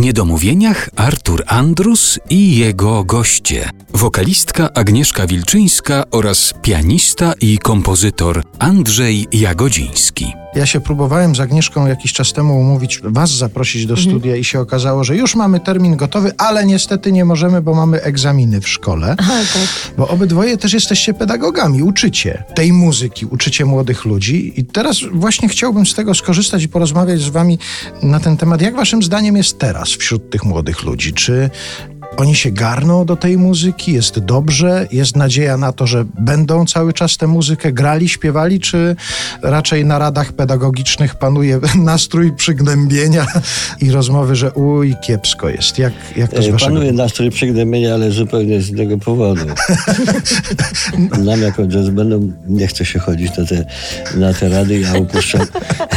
W niedomówieniach Artur Andrus i jego goście. Wokalistka Agnieszka Wilczyńska oraz pianista i kompozytor Andrzej Jagodziński. Ja się próbowałem z Agnieszką jakiś czas temu umówić, was zaprosić do studia i się okazało, że już mamy termin gotowy, ale niestety nie możemy, bo mamy egzaminy w szkole. Aha, tak. Bo obydwoje też jesteście pedagogami, uczycie tej muzyki, uczycie młodych ludzi i teraz właśnie chciałbym z tego skorzystać i porozmawiać z wami na ten temat. Jak waszym zdaniem jest teraz wśród tych młodych ludzi? Czy oni się garną do tej muzyki? Jest dobrze? Jest nadzieja na to, że będą cały czas tę muzykę grali, śpiewali? Czy raczej na radach pedagogicznych panuje nastrój przygnębienia i rozmowy, że kiepsko jest? Jak to z waszego... Panuje nastrój przygnębienia, ale zupełnie z innego powodu. Nam jako jazzmenom nie chce się chodzić na te rady, ja upuszczam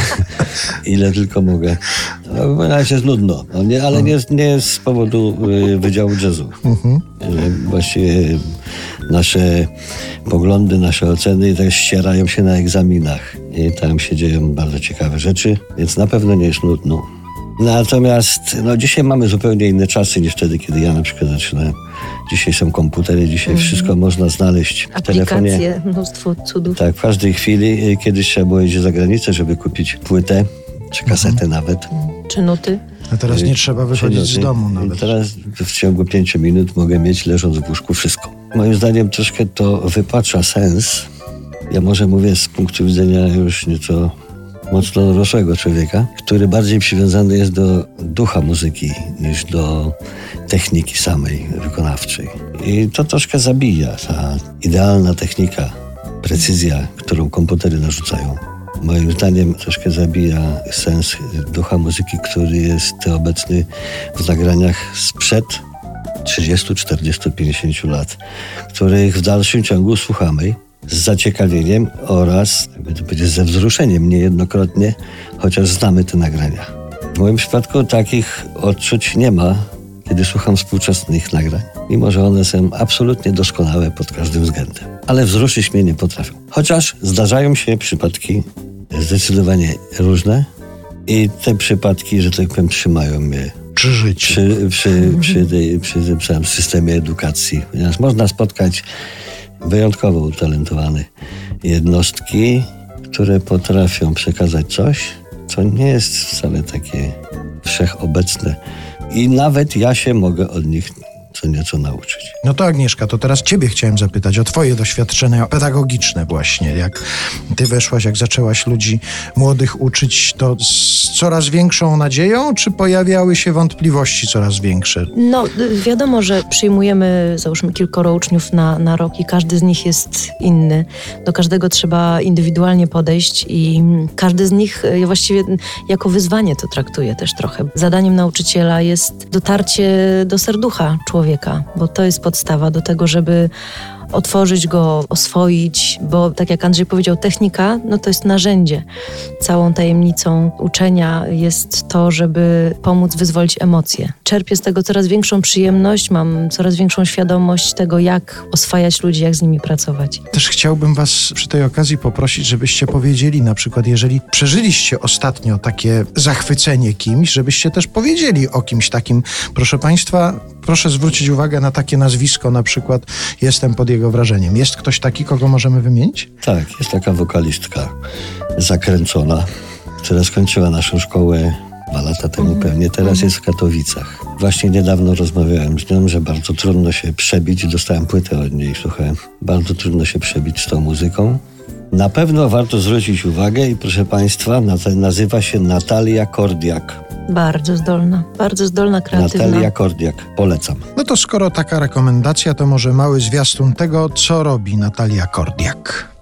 ile tylko mogę. Na razie jest nudno, ale nie z powodu Wydziału Jazzu. Właściwie nasze poglądy, nasze oceny też ścierają się na egzaminach. I tam się dzieją bardzo ciekawe rzeczy, więc na pewno nie jest nudno. Natomiast dzisiaj mamy zupełnie inne czasy niż wtedy, kiedy ja na przykład zaczynałem. Dzisiaj są komputery, dzisiaj wszystko można znaleźć w telefonie. Aplikacje, mnóstwo cudów. Tak, w każdej chwili. Kiedyś trzeba było iść za granicę, żeby kupić płytę, czy kasetę nawet. Czy nuty. A teraz nie trzeba wychodzić z domu nawet. Teraz w ciągu 5 minut mogę mieć, leżąc w łóżku, wszystko. Moim zdaniem troszkę to wypacza sens. Ja może mówię z punktu widzenia już nieco mocno dorosłego człowieka, który bardziej przywiązany jest do ducha muzyki niż do techniki samej wykonawczej. I to troszkę zabija ta idealna technika, precyzja, którą komputery narzucają. Moim zdaniem troszkę zabija sens ducha muzyki, który jest obecny w nagraniach sprzed 30, 40, 50 lat, których w dalszym ciągu słuchamy z zaciekawieniem oraz, jakby to powiedzieć, ze wzruszeniem niejednokrotnie, chociaż znamy te nagrania. W moim przypadku takich odczuć nie ma, kiedy słucham współczesnych nagrań, mimo że one są absolutnie doskonałe pod każdym względem. Ale wzruszyć mnie nie potrafią. Chociaż zdarzają się przypadki zdecydowanie różne i te przypadki, że tak powiem, trzymają mnie przy życiu. Przy tym całym systemie edukacji. Ponieważ można spotkać wyjątkowo utalentowane jednostki, które potrafią przekazać coś, co nie jest wcale takie wszechobecne. I nawet ja się mogę od nich co nieco nauczyć. No to Agnieszka, to teraz ciebie chciałem zapytać o twoje doświadczenia pedagogiczne właśnie. Jak ty weszłaś, jak zaczęłaś ludzi młodych uczyć, to z coraz większą nadzieją, czy pojawiały się wątpliwości coraz większe? No, wiadomo, że przyjmujemy, załóżmy, kilkoro uczniów na rok i każdy z nich jest inny. Do każdego trzeba indywidualnie podejść i każdy z nich właściwie jako wyzwanie to traktuje też trochę. Zadaniem nauczyciela jest dotarcie do serducha człowieka, bo to jest podstawa do tego, żeby otworzyć go, oswoić, bo tak jak Andrzej powiedział, technika, to jest narzędzie. Całą tajemnicą uczenia jest to, żeby pomóc wyzwolić emocje. Czerpię z tego coraz większą przyjemność, mam coraz większą świadomość tego, jak oswajać ludzi, jak z nimi pracować. Też chciałbym was przy tej okazji poprosić, żebyście powiedzieli na przykład, jeżeli przeżyliście ostatnio takie zachwycenie kimś, żebyście też powiedzieli o kimś takim. Proszę państwa, proszę zwrócić uwagę na takie nazwisko, na przykład jestem pod jego wrażeniem. Jest ktoś taki, kogo możemy wymienić? Tak, jest taka wokalistka zakręcona, która skończyła naszą szkołę 2 lata temu pewnie. Teraz jest w Katowicach. Właśnie niedawno rozmawiałem z nią, że bardzo trudno się przebić. Dostałem płytę od niej, słuchałem. Bardzo trudno się przebić z tą muzyką. Na pewno warto zwrócić uwagę i proszę państwa, nazywa się Natalia Kordiak. Bardzo zdolna, kreatywna. Natalia Kordiak, polecam. No to skoro taka rekomendacja, to może mały zwiastun tego, co robi Natalia Kordiak.